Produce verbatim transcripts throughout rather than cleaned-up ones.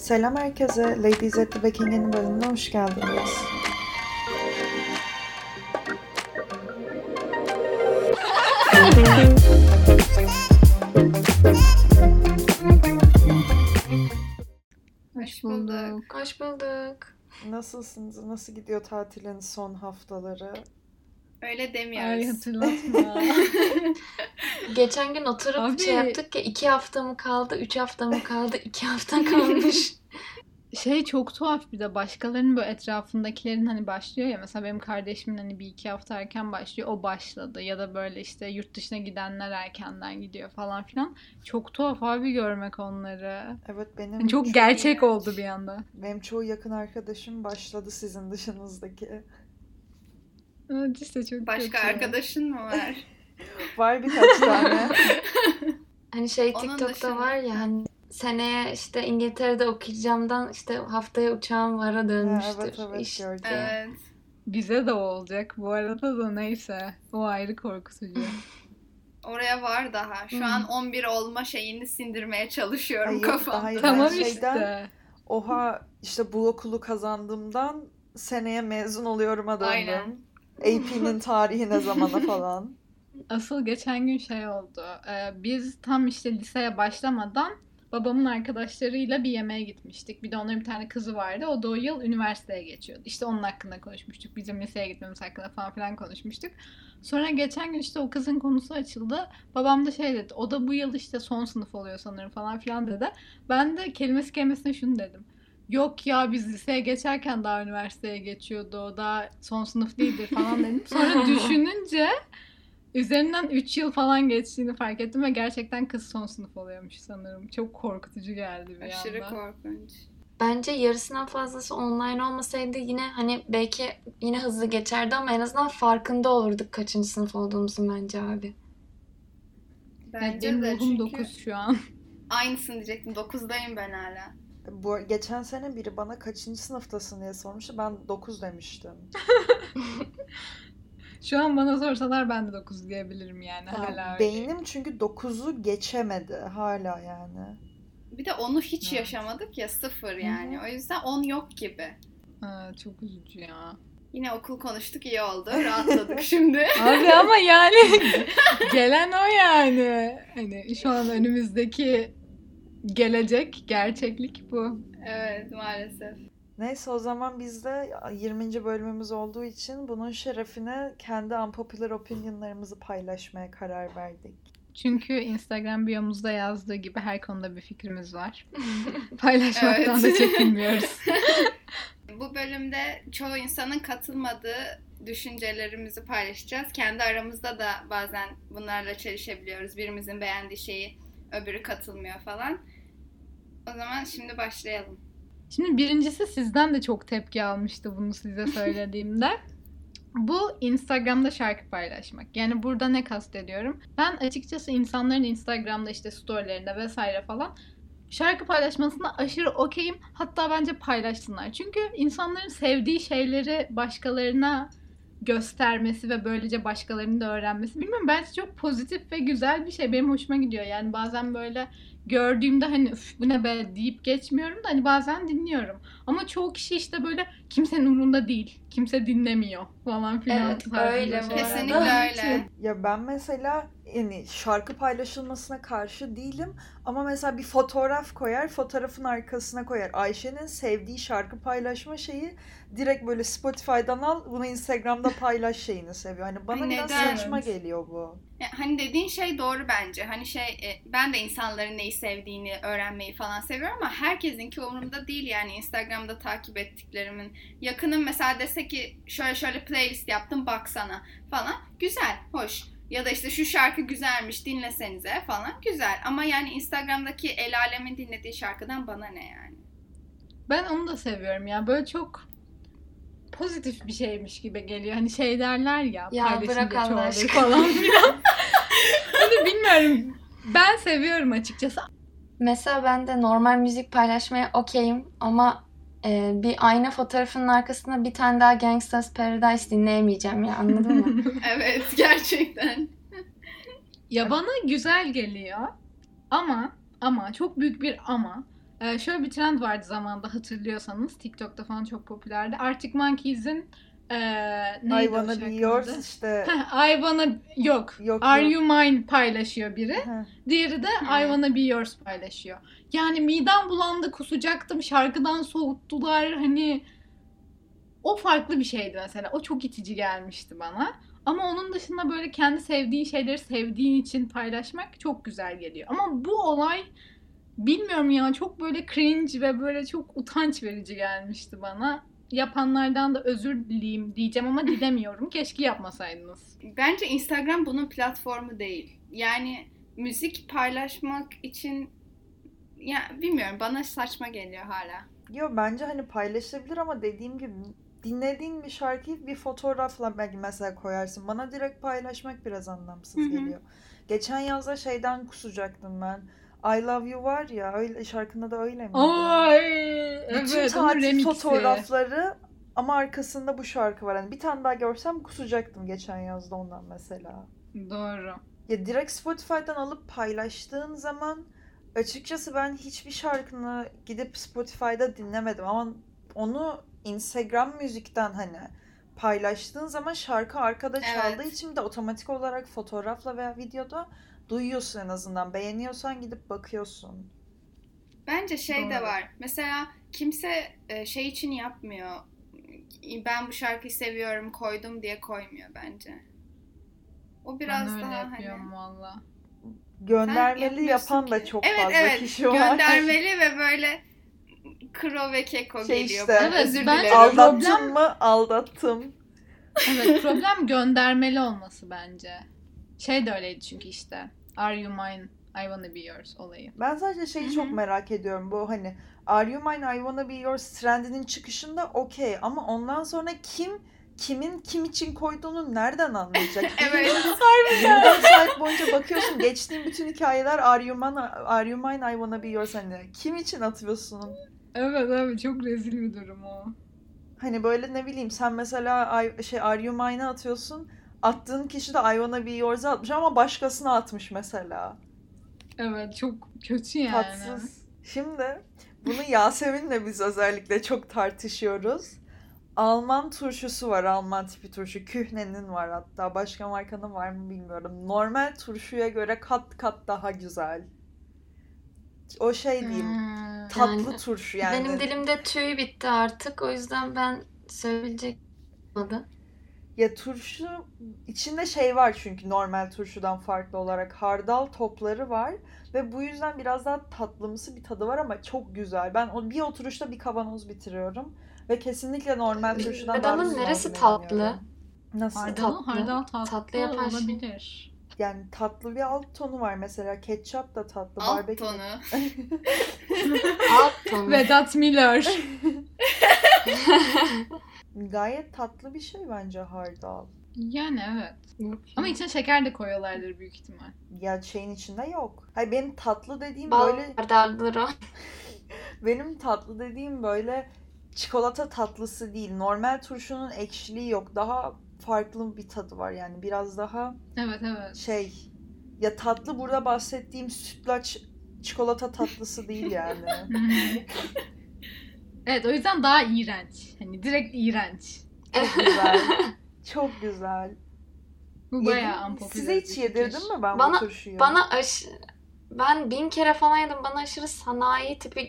Selam herkese, Ladies at the Backing'in bölümüne hoş geldiniz. Hoş bulduk. Hoş bulduk. Nasılsınız? Nasıl gidiyor tatilin son haftaları? Öyle demiyoruz. Ay hatırlatma. Geçen gün oturup Abi. şey yaptık ya, iki hafta mı kaldı, üç hafta mı kaldı, iki hafta kalmış. Şey çok tuhaf, bir de başkalarının böyle etrafındakilerin hani başlıyor ya, mesela benim kardeşimin hani bir iki hafta erken başlıyor, o başladı, ya da böyle işte yurt dışına gidenler erkenden gidiyor falan filan. Çok tuhaf abi görmek onları. Evet, benim Yani çok çok gerçek iğrenç. oldu bir anda. benim çoğu yakın arkadaşım başladı sizin dışınızdaki. Evet işte çok Başka kötü. arkadaşın mı var? Var birkaç tane. Hani şey Onun TikTok'ta dışında- var ya, hani seneye işte İngiltere'de okuyacağımdan işte haftaya uçağım vara Ha, dönmüştür. evet evet İşte. gördüm. Evet. Bize de o olacak bu arada da, neyse. O ayrı korkutucu. Oraya var daha. Şu Hı. an on bir olma şeyini sindirmeye çalışıyorum Ay yok, daha kafamda. iyi. Tamam şeyden- işte. Oha, işte bu okulu kazandığımdan seneye mezun oluyorum'a döndüm. Aynen. A P'nin tarihi ne zamana falan. Asıl geçen gün şey oldu. Ee, biz tam işte liseye başlamadan babamın arkadaşlarıyla bir yemeğe gitmiştik. Bir de onların bir tane kızı vardı. O da o yıl üniversiteye geçiyordu. İşte onun hakkında konuşmuştuk. Bizim liseye gitmemiz hakkında falan filan konuşmuştuk. Sonra geçen gün işte o kızın konusu açıldı. Babam da şey dedi. O da bu yıl işte son sınıf oluyor sanırım falan filan dedi. Ben de kelimesi kelimesine şunu dedim. Yok ya, biz liseye geçerken daha üniversiteye geçiyordu. O daha son sınıf değildir falan dedim. Sonra düşününce üzerinden üç yıl falan geçtiğini fark ettim ve gerçekten kız son sınıf oluyormuş sanırım. Çok korkutucu geldi bir Aşırı anda. korkunç. Bence yarısından fazlası online olmasaydı yine hani belki yine hızlı geçerdi ama en azından farkında olurduk kaçıncı sınıf olduğumuzun bence abi. Evet, Bence benim de ruhum çünkü dokuz şu an. aynısını diyecektim. dokuzdayım ben hala. Bu geçen sene biri bana kaçıncı sınıftasın diye sormuştu. Ben dokuz demiştim. Şu an bana sorsalar ben de dokuz diyebilirim yani, Hani hala öyle. beynim çünkü dokuzu geçemedi hala yani. Bir de onu hiç Evet. yaşamadık ya, sıfır Hı yani. hı. O yüzden on yok gibi. Ha, çok üzücü ya. Yine okul konuştuk, iyi oldu. Rahatladık şimdi. Abi ama yani gelen o yani. Hani şu an önümüzdeki gelecek, gerçeklik bu. Evet, maalesef. Neyse, o zaman biz de yirminci bölümümüz olduğu için bunun şerefine kendi unpopular opinionlarımızı paylaşmaya karar verdik. Çünkü Instagram biyomuzda yazdığı gibi her konuda bir fikrimiz var. Paylaşmaktan Evet. da çekinmiyoruz. Bu bölümde çoğu insanın katılmadığı düşüncelerimizi paylaşacağız. Kendi aramızda da bazen bunlarla çelişebiliyoruz. Birimizin beğendiği şeyi öbürü katılmıyor falan. O zaman şimdi başlayalım. Şimdi birincisi, sizden de çok tepki almıştı bunu size söylediğimde. Bu Instagram'da şarkı paylaşmak. Yani burada ne kastediyorum? Ben açıkçası insanların Instagram'da işte storylerinde vesaire falan şarkı paylaşmasına aşırı okeyim. Hatta bence paylaşsınlar. Çünkü insanların sevdiği şeyleri başkalarına göstermesi ve böylece başkalarının da öğrenmesi, bilmiyorum, bence çok pozitif ve güzel bir şey. Benim hoşuma gidiyor. Yani bazen böyle gördüğümde hani üf bu ne be deyip geçmiyorum da hani bazen dinliyorum. Ama çoğu kişi işte böyle kimsenin umurunda değil, kimse dinlemiyor falan filan Evet, tarzında öyle bu şeyler. Kesinlikle arada. öyle. Ya ben mesela yani şarkı paylaşılmasına karşı değilim ama mesela bir fotoğraf koyar, fotoğrafın arkasına koyar. Ayşe'nin sevdiği şarkı paylaşma şeyi direkt böyle Spotify'dan al, bunu Instagram'da paylaş şeyini seviyor. Hani bana Ay, biraz neden? saçma geliyor bu. Ya, hani dediğin şey doğru bence. Hani şey e, ben de insanların neyi sevdiğini öğrenmeyi falan seviyorum ama herkesinki umurumda değil yani. Instagram'da takip ettiklerimin. Yakınım mesela dese ki şöyle şöyle playlist yaptım baksana falan. Güzel, hoş. Ya da işte şu şarkı güzelmiş dinlesenize falan. Güzel ama yani Instagram'daki el alemin dinlediği şarkıdan bana ne yani. Ben onu da seviyorum ya. Böyle çok pozitif bir şeymiş gibi geliyor. Hani şey derler ya, Ya paylaşınca bırak Allah çoğalır aşkına. falan filan. Hani bilmiyorum. Ben seviyorum açıkçası. Mesela ben de normal müzik paylaşmaya okeyim ama e, bir ayna fotoğrafının arkasında bir tane daha Gangsta's Paradise dinleyemeyeceğim ya, anladın mı? Evet, gerçekten. Ya bana güzel geliyor ama ama çok büyük bir ama Ee, şöyle bir trend vardı zamanında hatırlıyorsanız. TikTok'ta falan çok popülerdi. Arctic Monkeys'in ee, neydi I o wanna be şarkının yours adı? işte. Heh, I wanna yok. Yok, Are yok. you mine paylaşıyor biri. Heh. Diğeri de I wanna be yours paylaşıyor. Yani midem bulandı, kusacaktım. Şarkıdan soğuttular. Hani o farklı bir şeydi mesela. O çok itici gelmişti bana. Ama onun dışında böyle kendi sevdiğin şeyleri sevdiğin için paylaşmak çok güzel geliyor. Ama bu olay bilmiyorum ya, çok böyle cringe ve böyle çok utanç verici gelmişti bana. Yapanlardan da özür dileyim diyeceğim ama dilemiyorum. Keşke yapmasaydınız. Bence Instagram bunun platformu değil. Yani müzik paylaşmak için ya bilmiyorum, bana saçma geliyor hala. Yo, bence hani paylaşılabilir ama dediğim gibi dinlediğin bir şarkıyı bir fotoğrafla belki mesela koyarsın. Bana direkt paylaşmak biraz anlamsız Hı hı. geliyor. Geçen yazda şeyden kusacaktım ben. I Love You var ya, öyle şarkında da öyle miydi? Ay Bütün evet, onun tatil remixi. fotoğrafları ama arkasında bu şarkı var. Hani bir tane daha görsem kusacaktım geçen yazda ondan mesela. Doğru. Ya direkt Spotify'dan alıp paylaştığın zaman açıkçası ben hiçbir şarkını gidip Spotify'da dinlemedim ama onu Instagram müzikten hani paylaştığın zaman şarkı arkada çaldığı Evet. için de otomatik olarak fotoğrafla veya videoda duyuyorsun en azından. Beğeniyorsan gidip bakıyorsun. Bence şey de Doğru. var. Mesela kimse e, şey için yapmıyor. Ben bu şarkıyı seviyorum, koydum diye koymuyor bence. O biraz Ben öyle daha yapıyorum hani valla. Göndermeli yapmıyorsun yapan da ki. çok Evet, fazla evet. kişi var. Göndermeli ve böyle kro ve keko Şey geliyor. işte. bana. Evet, Özür bence dilerim. Aldattın Problem- mı? Aldattım. Evet, problem göndermeli olması bence. Şey de öyleydi çünkü işte. Are you mine? I wanna be yours olayı. Ben sadece şeyi çok Hı hı. merak ediyorum. Bu hani Are You Mine, I Wanna Be Yours trendinin çıkışında okey. Ama ondan sonra kim kimin kim için koyduğunu nereden anlayacak? Evet. yirmi dört saat boyunca bakıyorsun. Geçtiğin bütün hikayeler Are You Mine, Are You Mine, I Wanna Be Yours hani. Kim için atıyorsun? Evet abi, çok rezil bir durum o. Hani böyle ne bileyim sen mesela I- şey Are You Mine'a atıyorsun. Attığın kişi de I Wanna Be Yours'a atmış ama başkasına atmış mesela. Evet, çok kötü yani. Tatsız. Şimdi bunu Yasemin'le biz özellikle çok tartışıyoruz. Alman turşusu var. Alman tipi turşu. Kühne'nin var hatta. Başka markanın var mı bilmiyorum. Normal turşuya göre kat kat daha güzel. O şey diyeyim. Hmm. Tatlı Yani turşu yani. benim dilimde tüy bitti artık. O yüzden ben söyleyecek olmadı. Ya turşu içinde şey var çünkü normal turşudan farklı olarak hardal topları var ve bu yüzden biraz daha tatlımsı bir tadı var ama çok güzel. Ben o bir oturuşta bir kavanoz bitiriyorum ve kesinlikle normal turşudan daha Hardalın güzel neresi olduğunu tatlı? inanıyorum. Nasıl? Hardal, Tatlı. hardal tatlı, Tatlı yapan şey. olabilir. Yani tatlı bir alt tonu var mesela. Ketçap da tatlı. Alt barbekü de- tonu. Alt ton. Vedat Milor. Gayet tatlı bir şey bence hardal. Yani evet. Ama içine şeker de koyuyorlardır büyük ihtimal. Ya şeyin içinde yok. Hayır benim tatlı dediğim Bal böyle hardaldır o. benim tatlı dediğim böyle çikolata tatlısı değil. Normal turşunun ekşiliği yok. Daha farklı bir tadı var yani. Biraz daha Evet evet. şey ya tatlı burada bahsettiğim sütlaç çikolata tatlısı değil yani. Evet, o yüzden daha iğrenç. Hani direkt iğrenç. Çok güzel. Çok güzel. Bu bayağı Yedin- unpopular Size hiç bir yedirdim fikir. mi ben Bana- bu turşuyu? Bana aş... Ben bin kere falan yedim. Bana aşırı sanayi tipi...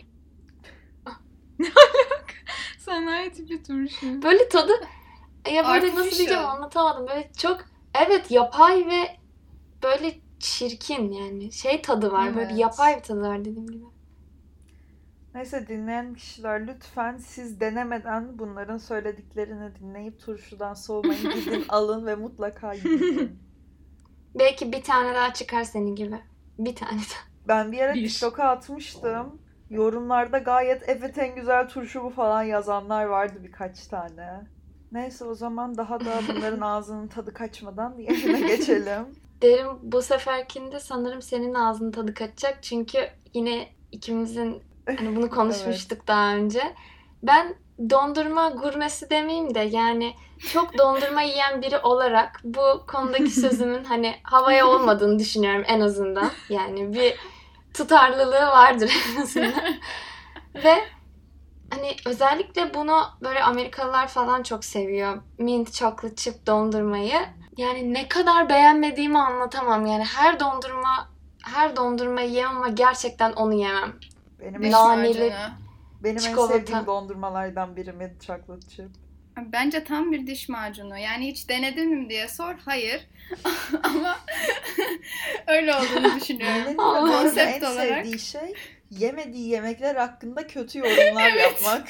Sanayi tipi turşu. Böyle tadı... Ya böyle nasıl Artificial. diyeceğim anlatamadım. Böyle çok... Evet, yapay ve böyle çirkin yani. Şey tadı var. Böyle bir Evet. yapay bir tadı var dediğim gibi. Neyse dinleyen kişiler lütfen siz denemeden bunların söylediklerini dinleyip turşudan soğumayın. Gidin alın ve mutlaka yiyin. Belki bir tane daha çıkar senin gibi. Bir tane daha. Ben bir ara Bir. TikTok'a atmıştım. Yorumlarda gayet evet en güzel turşu bu falan yazanlar vardı birkaç tane. Neyse o zaman daha da bunların ağzının tadı kaçmadan diğerine geçelim. Derim bu seferkinde sanırım senin ağzının tadı kaçacak. Çünkü yine ikimizin hani bunu konuşmuştuk daha önce. Ben dondurma gurmesi demeyeyim de yani çok dondurma yiyen biri olarak bu konudaki sözümün hani havaya olmadığını düşünüyorum en azından. Yani bir tutarlılığı vardır en azından. Ve hani özellikle bunu böyle Amerikalılar falan çok seviyor. Mint chocolate chip dondurmayı. Yani ne kadar beğenmediğimi anlatamam. Yani her dondurma her dondurmayı yemem ama gerçekten onu yemem. Benim Diş en, Naneli macunu. benim en çikolata. sevdiğim dondurmalardan biri mint chocolate chip. Bence tam bir diş macunu. Yani hiç denedin mi diye sor. Hayır. Ama öyle olduğunu düşünüyorum. Nenenin de bu arada en Konsept olarak. sevdiği şey yemediği yemekler hakkında kötü yorumlar Evet. yapmak.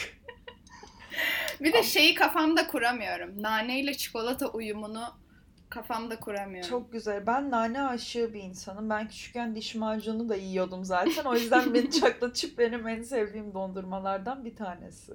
Bir de şeyi kafamda kuramıyorum. Nane ile çikolata uyumunu kafamda kuramıyorum. Çok güzel. Ben nane aşığı bir insanım. Ben küçükken diş macunu da yiyordum zaten. O yüzden mint chocolate chip benim en sevdiğim dondurmalardan bir tanesi.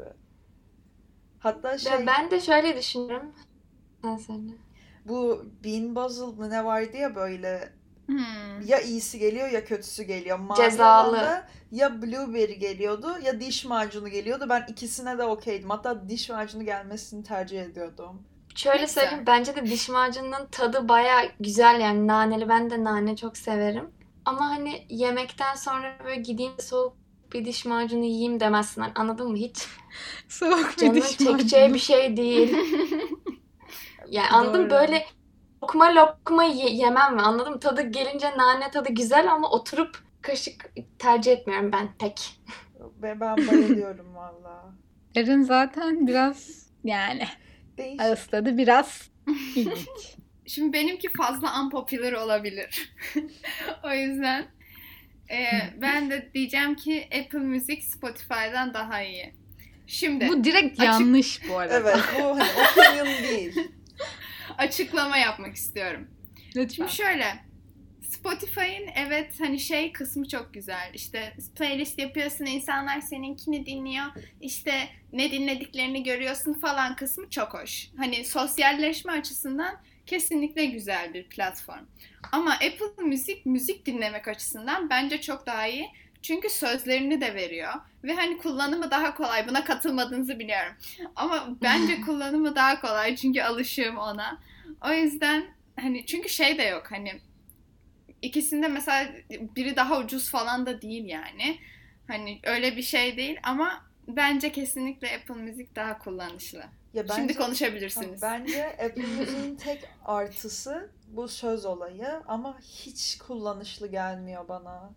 Hatta şey Ve ben de şöyle düşünüyorum. Sen söyle. bu Bean Boozled mı ne vardı ya böyle Hmm. ya iyisi geliyor ya kötüsü geliyor. Mavi Cezalı. alanda ya blueberry geliyordu ya diş macunu geliyordu. Ben ikisine de okeydim. Hatta diş macunu gelmesini tercih ediyordum. Şöyle Ne söyleyeyim, güzel. bence de diş macununun tadı baya güzel, yani naneli. Ben de nane çok severim. Ama hani yemekten sonra böyle gideyim soğuk bir diş macunu yiyeyim demezsin. Hani anladın mı hiç? Soğuk bir Canının diş çekeceği macunu. bir şey değil. Yani anladın mı? Doğru. Böyle lokma lokma ye- yemem mi? Anladın mı? Tadı gelince nane tadı güzel ama oturup kaşık tercih etmiyorum ben pek. Ve ben bayılıyorum valla. Erin zaten biraz yani Değişik. ağız tadı biraz ilginç. Şimdi benimki fazla unpopular olabilir. O yüzden e, ben de diyeceğim ki Apple Music Spotify'dan daha iyi. Şimdi Bu direkt Açık- yanlış bu arada. Evet bu hani opinion değil. açıklama yapmak istiyorum. Lütfen. Şimdi şöyle, Spotify'ın evet hani şey kısmı çok güzel. İşte playlist yapıyorsun, insanlar seninkini dinliyor. İşte ne dinlediklerini görüyorsun falan kısmı çok hoş. Hani sosyalleşme açısından kesinlikle güzel bir platform. Ama Apple Music müzik dinlemek açısından bence çok daha iyi. Çünkü sözlerini de veriyor. Ve hani kullanımı daha kolay. Buna katılmadığınızı biliyorum. Ama bence kullanımı daha kolay. Çünkü alışığım ona. O yüzden hani çünkü şey de yok hani ikisinde mesela biri daha ucuz falan da değil yani. Hani öyle bir şey değil ama bence kesinlikle Apple Music daha kullanışlı. Ya bence, Şimdi konuşabilirsiniz. Bence Apple Music'in tek artısı bu söz olayı ama hiç kullanışlı gelmiyor bana.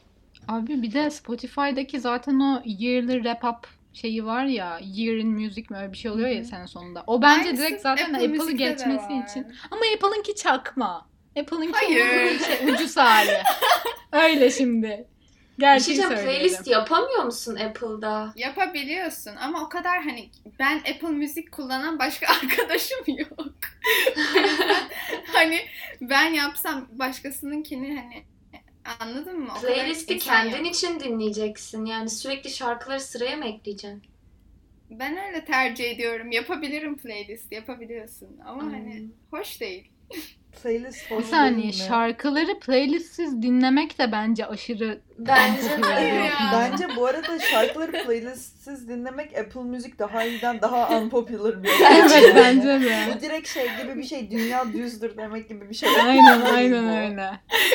Abi bir de Spotify'daki zaten o yearly wrap up şeyi var ya, year in music mi öyle bir şey oluyor Hı ya hı. sene sonunda. O bence Aynısı direkt zaten Apple Apple'ı Music'te de geçmesi var. için. Ama Apple'ınki çakma. Apple'ınki Hayır. onun şey, ucuz hali. Öyle şimdi. Bir şey Gerçeği diyeceğim, söyleyelim. playlist yapamıyor musun Apple'da? Yapabiliyorsun ama o kadar hani ben Apple Music kullanan başka arkadaşım yok. O yüzden hani ben yapsam başkasınınkini hani anladın mı? O kadar Playlist'i insan kendin yok. için dinleyeceksin. Yani sürekli şarkıları sıraya mı ekleyeceksin? Ben öyle tercih ediyorum. Yapabilirim playlist, yapabiliyorsun ama Hmm. hani hoş değil. Playlist Bir hoş saniye, değil mi? şarkıları playlistsiz dinlemek de bence aşırı Bence unpopular de. bir Ya. opinion. Bence bu arada şarkıları playlistsiz dinlemek Apple Müzik daha iyiden daha unpopular bir Evet yani. bence de. Bu direkt şey gibi bir şey, dünya düzdür demek gibi bir şey. Aynen Değil aynen bu. öyle.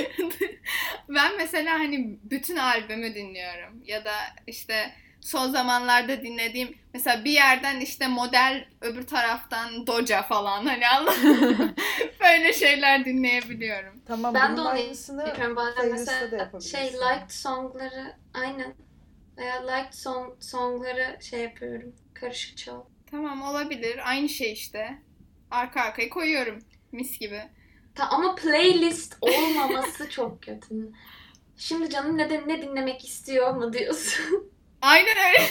Ben mesela hani bütün albümü dinliyorum ya da işte son zamanlarda dinlediğim mesela bir yerden işte model öbür taraftan Doja falan hani anladın mı? Böyle şeyler dinleyebiliyorum. Tamam, Ben de bunun onu aynısını yapıyorum. Bazen playlist'te de mesela yapabilirsin. şey liked songları aynen veya liked song, songları şey yapıyorum. Karışık çal. Tamam olabilir. Aynı şey işte. Arka arkaya koyuyorum. Mis gibi. Ta, ama playlist olmaması çok kötü. Şimdi canım ne, de, ne dinlemek istiyor mu diyorsun? Aynen öyle.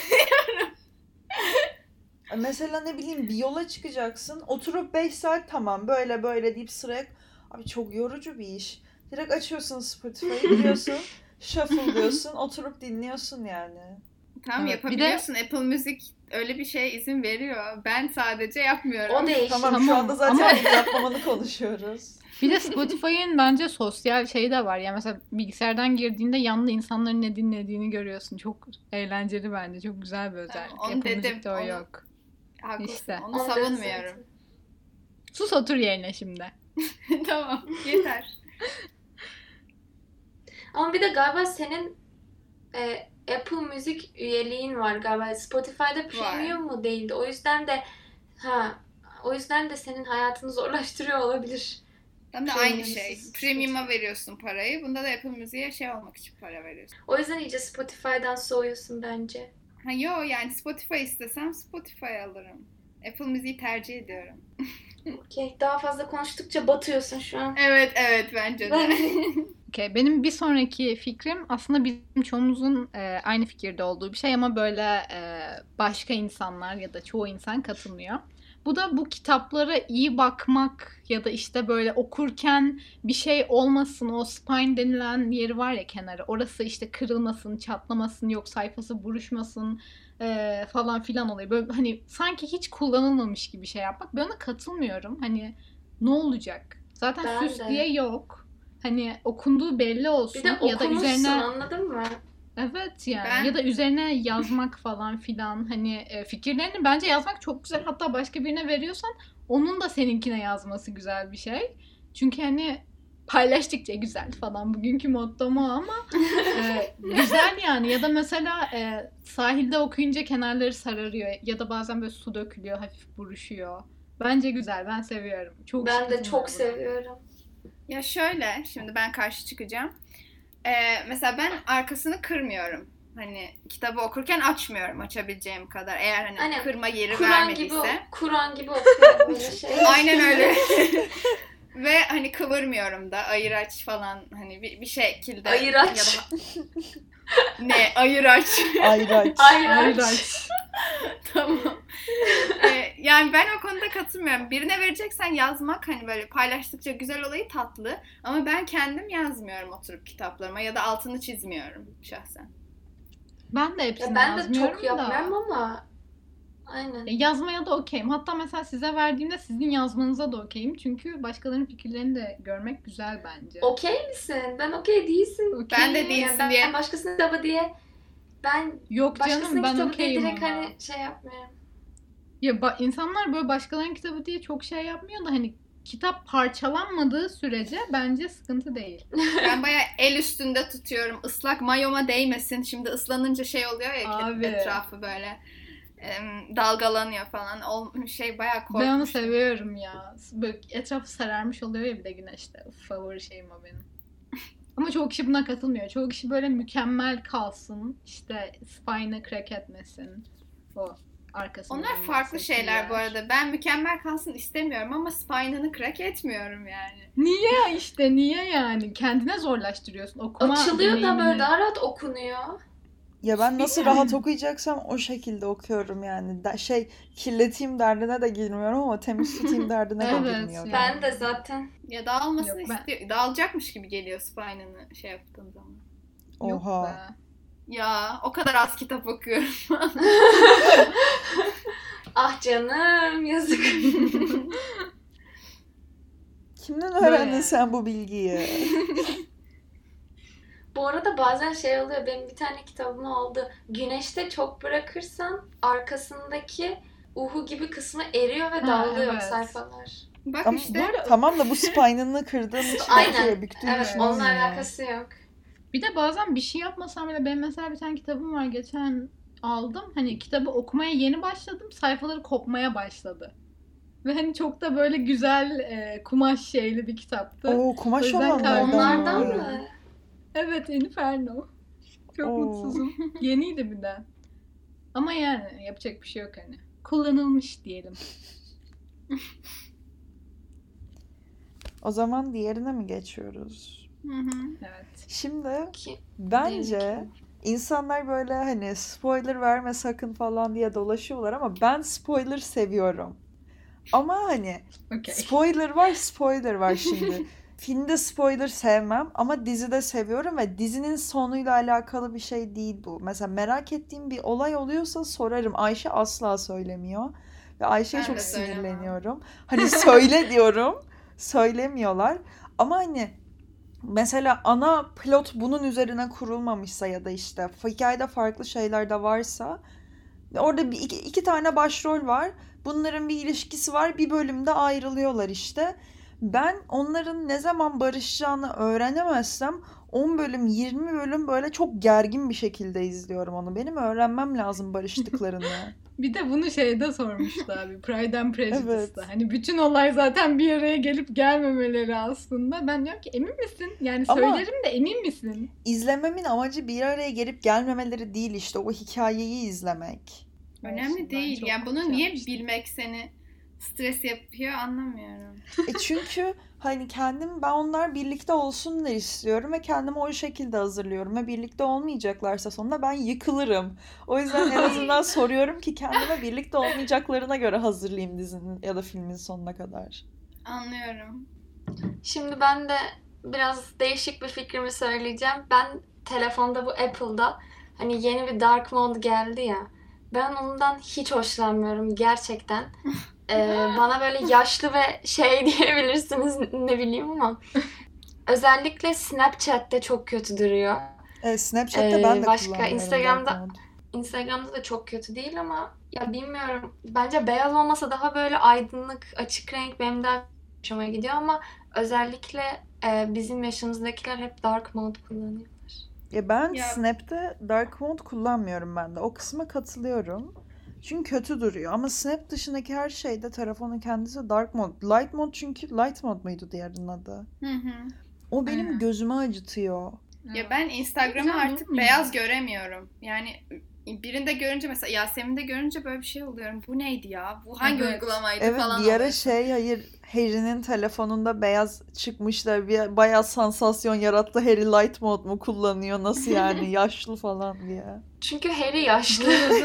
Mesela ne bileyim bir yola çıkacaksın. Oturup beş saat tamam böyle böyle deyip sıraya... Abi çok yorucu bir iş. Direkt açıyorsun Spotify'ı, giriyorsun, shuffle diyorsun, oturup dinliyorsun yani. Tamam Evet, bir de- yapabiliyorsun. Apple Music öyle bir şeye izin veriyor. Ben sadece yapmıyorum. O değişti. Tamam, şu Tamam, anda zaten ama- bunu yapmamanı konuşuyoruz. Bir de Spotify'ın bence sosyal şeyi de var. Yani mesela bilgisayardan girdiğinde yanında insanların ne dinlediğini görüyorsun. Çok eğlenceli bence. Çok güzel bir özellik. Tamam, onu Apple dedim, Music'te o onu- yok. Haklısın. İşte. Onu Onu savunmuyorum. deseydin. Sus otur yerine şimdi. Tamam. Yeter. Ama bir de galiba senin e, Apple Müzik üyeliğin var galiba. Spotify'da premium mu değildi? O yüzden de ha o yüzden de senin hayatını zorlaştırıyor olabilir. Hem de aynı şey. Premium'a veriyorsun parayı. Bunda da Apple Müziğe şey olmak için para veriyorsun. O yüzden iyice Spotify'dan soğuyorsun bence. Ha yo yani Spotify istesem Spotify alırım. Apple Müziği tercih ediyorum. Okey. Daha fazla konuştukça batıyorsun şu an. Evet evet bence de. Ben... Okay, benim bir sonraki fikrim aslında bizim çoğumuzun e, aynı fikirde olduğu bir şey ama böyle e, başka insanlar ya da çoğu insan katılmıyor. Bu da bu kitaplara iyi bakmak ya da işte böyle okurken bir şey olmasın, o spine denilen yeri var ya kenarı, orası işte kırılmasın, çatlamasın, yok sayfası buruşmasın e, falan filan oluyor. Böyle hani sanki hiç kullanılmamış gibi şey yapmak. Ben ona katılmıyorum. Hani ne olacak? Zaten Ben süs de. diye yok. Hani okunduğu belli olsun Bir de ya da okumuşsun üzerine anladın mı? evet yani Ben- ya da üzerine yazmak falan filan hani e, fikirlerini bence yazmak çok güzel, hatta başka birine veriyorsan onun da seninkine yazması güzel bir şey. Çünkü hani paylaştıkça güzel falan, bugünkü mottom o ama e, güzel yani. Ya da mesela e, sahilde okuyunca kenarları sararıyor ya da bazen böyle su dökülüyor, hafif buruşuyor. Bence güzel, ben seviyorum. Çok Ben de sıkıntım var çok buna. seviyorum. Ya şöyle, şimdi ben karşı çıkacağım. Ee, mesela ben arkasını kırmıyorum. Hani kitabı okurken açmıyorum açabileceğim kadar. Eğer hani Hani kırma yeri Kur'an gibi vermediyse. Kur'an gibi okuyor böyle şey. Aynen öyle. Ve hani kıvırmıyorum da ayıraç falan hani bir, bir şekilde. Ayıraç. Ya da... ne? Ayıraç. Ayraç. Ayraç. Ayraç. Tamam. Ee, yani ben o konuda katılmıyorum. Birine vereceksen yazmak hani böyle paylaştıkça güzel olayı tatlı. Ama ben kendim yazmıyorum oturup kitaplarıma ya da altını çizmiyorum şahsen. Ben de hepsini Ya ben de yazmıyorum çok da. yapmıyorum ama aynen. E, Yazmaya da okeyim. Hatta mesela size verdiğimde sizin yazmanıza da okeyim. Çünkü başkalarının fikirlerini de görmek güzel bence. Okey misin? Ben okey değilsin. Okey. Ben de Yani değilsin ben diye. başkasının kitabı diye ben Yok canım, başkasının ben kitabı diye okeyim direkt ama. hani şey yapmıyorum. Ya ba- insanlar böyle başkalarının kitabı diye çok şey yapmıyor da hani kitap parçalanmadığı sürece bence sıkıntı değil. Ben bayağı el üstünde tutuyorum. Islak mayoma değmesin. Şimdi ıslanınca şey oluyor ya Abi. etrafı böyle em, dalgalanıyor falan. O şey bayağı korkmuştum. Ben onu seviyorum ya. Böyle etrafı sararmış oluyor ya bir de güneşte. Uf, favori şeyim o benim. Ama çoğu kişi buna katılmıyor. Çoğu kişi böyle mükemmel kalsın. İşte spine'ı crack etmesin. O arkasında. Onlar farklı şeyler bu arada. Ben mükemmel kalsın istemiyorum ama spine'ını crack etmiyorum yani. Niye işte niye yani? Kendine zorlaştırıyorsun. Okuma Açılıyor da deneyimini. böyle daha rahat okunuyor. Ya ben nasıl Bilmiyorum. rahat okuyacaksam o şekilde okuyorum yani. Da- şey kirleteyim derdine de girmiyorum ama temiz tutayım derdine de Evet, girmiyorum. yani. Ben de zaten. Ya dağılmasını Yok, ben- istiyor. Dağılacakmış gibi geliyor spine'ını şey yaptığım zaman. Yok Oha. be. Ya o kadar az kitap okuyorum. Ah canım yazık. Kimden Böyle öğrendin yani. sen bu bilgiyi? Bu arada bazen şey oluyor. Benim bir tane kitabım oldu. Güneşte çok bırakırsan arkasındaki uhu gibi kısmı eriyor ve Ha, dağılıyor evet. sayfalar. Bak Ama işte. Bu arada- tamam da bu spine'ını kırdığın için Aynen. akıyor, büktüğün Evet, için onunla olmuyor. alakası yok. Bir de bazen bir şey yapmasam bile, benim mesela bir tane kitabım var, geçen aldım. Hani kitabı okumaya yeni başladım. Sayfaları kopmaya başladı. Ve hani çok da böyle güzel e, kumaş şeyli bir kitaptı. Oo, O kumaş yüzden olanlardan Onlardan mı? mı? Evet, Inferno. Çok Oo. mutsuzum. Yeniydi bir de. Ama yani yapacak bir şey yok hani. Kullanılmış diyelim. O zaman diğerine mi geçiyoruz? Hı hı. Evet. Şimdi Ki, bence Benimki. insanlar böyle hani spoiler verme sakın falan diye dolaşıyorlar ama ben spoiler seviyorum. Ama hani Okey. spoiler var, spoiler var şimdi. Filmde spoiler sevmem ama dizide seviyorum ve dizinin sonuyla alakalı bir şey değil bu. Mesela merak ettiğim bir olay oluyorsa sorarım. Ayşe asla söylemiyor. Ve Ayşe'ye Ben çok de söylemem. sinirleniyorum. Hani söyle diyorum. Söylemiyorlar. Ama hani mesela ana plot bunun üzerine kurulmamışsa ya da işte hikayede farklı şeyler de varsa orada bir iki, iki tane başrol var. Bunların bir ilişkisi var. Bir bölümde ayrılıyorlar işte. Ben onların ne zaman barışacağını öğrenemezsem on bölüm yirmi bölüm böyle çok gergin bir şekilde izliyorum onu. Benim öğrenmem lazım barıştıklarını. Bir de bunu şeyde sormuştu abi. Pride and Prejudice'da. Evet. Hani bütün olay zaten bir araya gelip gelmemeleri aslında. Ben diyorum ki emin misin? Yani Ama- söylerim de emin misin? İzlememin amacı bir araya gelip gelmemeleri değil, işte o hikayeyi izlemek. Önemli Ben değil. çok Yani bunu niye yapmıştım. bilmek seni stres yapıyor anlamıyorum. E çünkü hani kendim, ben onlar birlikte olsunlar istiyorum ve kendimi o şekilde hazırlıyorum ve birlikte olmayacaklarsa sonunda ben yıkılırım. O yüzden en azından soruyorum ki kendime birlikte olmayacaklarına göre hazırlayayım dizinin ya da filmin sonuna kadar. Anlıyorum. Şimdi ben de biraz değişik bir fikrimi söyleyeceğim. Ben telefonda, bu Apple'da hani yeni bir dark mode geldi ya. Ben ondan hiç hoşlanmıyorum gerçekten. Ee, bana böyle yaşlı ve şey diyebilirsiniz, ne bileyim ama özellikle Snapchat'te çok kötü duruyor. E, Snapchat'te Ee, ben de başka kullanmıyorum Instagram'da- dark mode. Instagram'da da çok kötü değil ama ya bilmiyorum. Bence beyaz olmasa daha böyle aydınlık, açık renk benim daha hoşuma gidiyor ama özellikle e, bizim yaşımızdakiler hep dark mode kullanıyorlar. Ya ben Ya- Snap'te dark mode kullanmıyorum ben de. O kısma katılıyorum. Çünkü kötü duruyor. Ama Snap dışındaki her şeyde telefonun kendisi dark mode. Light mode, çünkü light mode muydu diğerinin adı? Hı hı. O benim Aynen. gözümü acıtıyor. Ya ben Instagram'ı Güzel artık olmuyor. beyaz göremiyorum. Yani birinde görünce, mesela Yasemin'de görünce böyle bir şey oluyorum. Bu neydi ya? Bu hangi Evet. uygulamaydı Evet, falan bir ara oluyorsun. şey, hayır, Harry'nin telefonunda beyaz çıkmışlar. Bir bayağı sansasyon yarattı. Harry light mode mu kullanıyor? Nasıl yani? Yaşlı falan diye. Çünkü Harry yaşlı. Bu arada,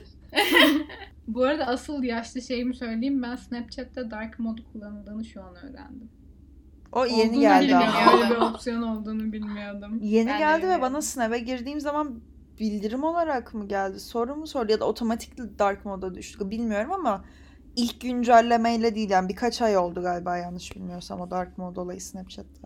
bu arada asıl yaşlı şeyimi söyleyeyim. Ben Snapchat'te dark mode kullanıldığını şu an öğrendim. O yeni Olduğunu geldi bilmiyordum. ama. Öyle bir opsiyon olduğunu bilmiyordum. Yeni Ben de geldi ve bilmiyorum. bana Snap'e girdiğim zaman bildirim olarak mı geldi? Soru mu sordu ya da otomatik dark moda düştü. Bilmiyorum ama ilk güncellemeyle değil, yani birkaç ay oldu galiba, yanlış bilmiyorsam, o dark mode olayı Snapchat'te.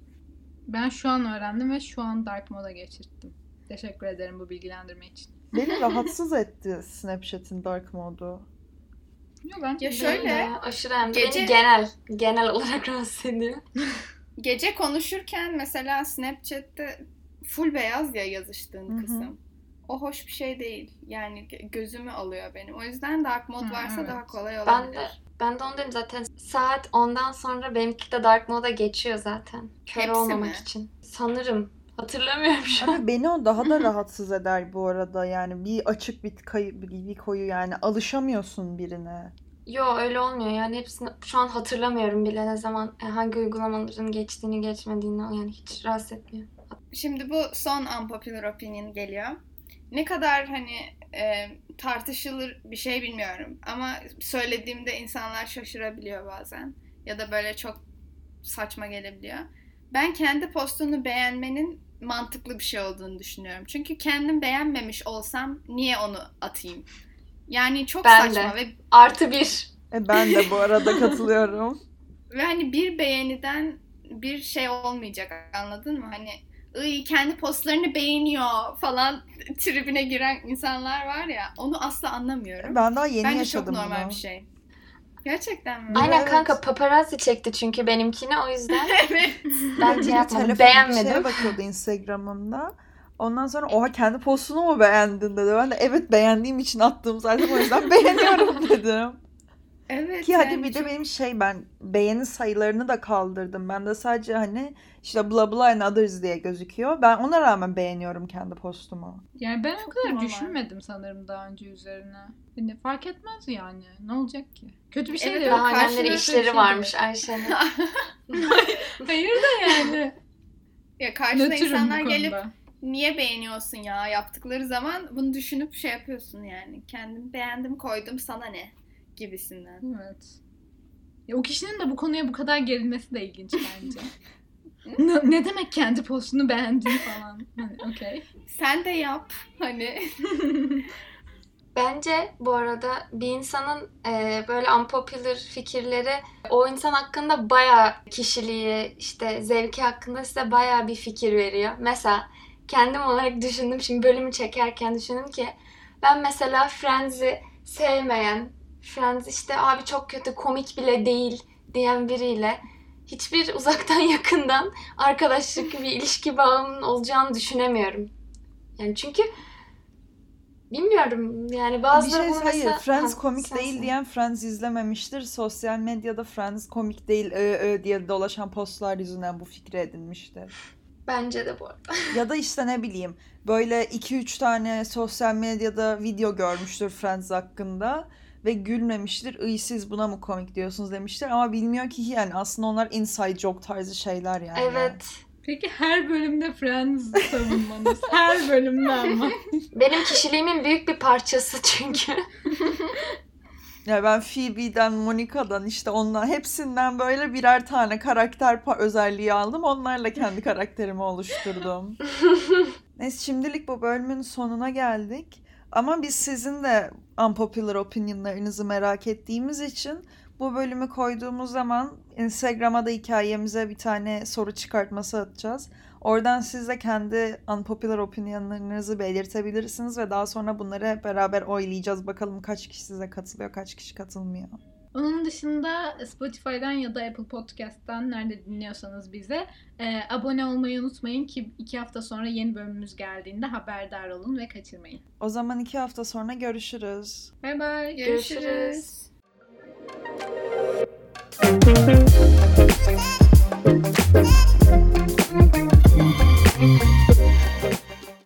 Ben şu an öğrendim ve şu an dark moda geçirttim. Teşekkür ederim bu bilgilendirme için. Beni rahatsız etti Snapchat'in dark modu. Yok bence Ya de- şöyle- Benim de aşırı hem de Gece- beni genel, genel olarak rahatsız ediyor. Gece konuşurken mesela Snapchat'te full beyaz ya yazıştığın Hı hı. kısım. O hoş bir şey değil. Yani gö- gözümü alıyor benim. O yüzden dark mode Hı, varsa evet. daha kolay Ben olabilir. de ben de onu dedim zaten, saat ondan sonra benimki de dark moda geçiyor zaten. Kör Hepsi olmamak mi? için. Sanırım. Hatırlamıyorum şu an. Abi beni o daha da rahatsız eder bu arada, yani bir açık bir, kayı, bir bir koyu, yani alışamıyorsun birine. Yo, öyle olmuyor yani, hepsini şu an hatırlamıyorum bile ne zaman e, hangi uygulamaların geçtiğini geçmediğini, yani hiç rahatsız etmiyor. Şimdi bu son unpopular opinion geliyor. Ne kadar hani e, tartışılır bir şey bilmiyorum. Ama söylediğimde insanlar şaşırabiliyor bazen. Ya da böyle çok saçma gelebiliyor. Ben kendi postunu beğenmenin mantıklı bir şey olduğunu düşünüyorum. Çünkü kendim beğenmemiş olsam niye onu atayım? Yani çok Ben saçma de. ve Artı bir. E ben de bu arada katılıyorum. Ve hani bir beğeniden bir şey olmayacak, anladın mı? Hani ıy kendi postlarını beğeniyor falan tribine giren insanlar var ya, onu asla anlamıyorum. Ben daha yeni Bence çok yaşadım normal bunu. bir şey. Gerçekten mi? Ay- Aynen Evet. kanka, paparazzi çekti çünkü benimkini, o yüzden Evet. ben Biri şey yapmadım, telefon bir şeye beğenmedim. bakıyordu Instagram'ımda. Ondan sonra oha kendi postunu mu beğendin dedi. Ben de evet, beğendiğim için attım zaten, o yüzden beğeniyorum dedim. Evet. Ki hadi yani bir de çok- benim şey, ben beğeni sayılarını da kaldırdım. Ben de sadece hani işte blah blah and others diye gözüküyor. Ben ona rağmen beğeniyorum kendi postumu. Yani ben o Çok kadar normal. düşünmedim sanırım daha önce üzerine. Hani fark etmez yani. Ne olacak ki? Kötü bir şey Evet, de yok. Daha karşılıklı önemli bir işleri şey de varmış yok. Ayşe'nin. Hayır da yani. ya karşına Nötrüm bu insanlar konuda. gelip niye beğeniyorsun ya yaptıkları zaman bunu düşünüp şey yapıyorsun yani. Kendim beğendim koydum, sana ne gibisinden. Evet. Ya o kişinin de bu konuya bu kadar gerilmesi de ilginç bence. ne, ne demek kendi postunu beğendin falan. Hani okey. Sen de yap hani. Bence bu arada bir insanın e, böyle unpopular fikirleri o insan hakkında bayağı, kişiliği, işte zevki hakkında size bayağı bir fikir veriyor. Mesela kendim olarak düşündüm, şimdi bölümü çekerken düşündüm ki ben mesela Friends'i sevmeyen, Friends işte abi çok kötü, komik bile değil diyen biriyle hiçbir uzaktan yakından arkadaşlık bir ilişki bağımının olacağını düşünemiyorum. Yani çünkü bilmiyorum yani bazıları bir şey, bunu hayır mesela... Friends Ha, komik sen değil söyle. diyen Friends izlememiştir. Sosyal medyada Friends komik değil ö, ö diye dolaşan postlar yüzünden bu fikri edinmiştir. Bence de bu arada. Ya da işte ne bileyim böyle iki üç tane sosyal medyada video görmüştür Friends hakkında ve gülmemiştir. İyi siz buna mı komik diyorsunuz demiştir ama bilmiyor ki yani aslında onlar inside joke tarzı şeyler yani. Evet. Peki her bölümde Friends savunmanız. Her bölümde ama. Benim kişiliğimin büyük bir parçası çünkü. Ya ben Phoebe'den, Monica'dan işte onlar hepsinden böyle birer tane karakter pa- özelliği aldım. Onlarla kendi karakterimi oluşturdum. Neyse şimdilik bu bölümün sonuna geldik. Ama biz sizin de unpopular opinionlarınızı merak ettiğimiz için bu bölümü koyduğumuz zaman Instagram'a da hikayemize bir tane soru çıkartması atacağız. Oradan siz de kendi unpopular opinionlarınızı belirtebilirsiniz ve daha sonra bunları hep beraber oylayacağız. Bakalım kaç kişi size katılıyor, kaç kişi katılmıyor. Onun dışında Spotify'dan ya da Apple Podcast'tan nerede dinliyorsanız bize e, abone olmayı unutmayın ki iki hafta sonra yeni bölümümüz geldiğinde haberdar olun ve kaçırmayın. O zaman iki hafta sonra görüşürüz. Bye bye. Görüşürüz. Görüşürüz.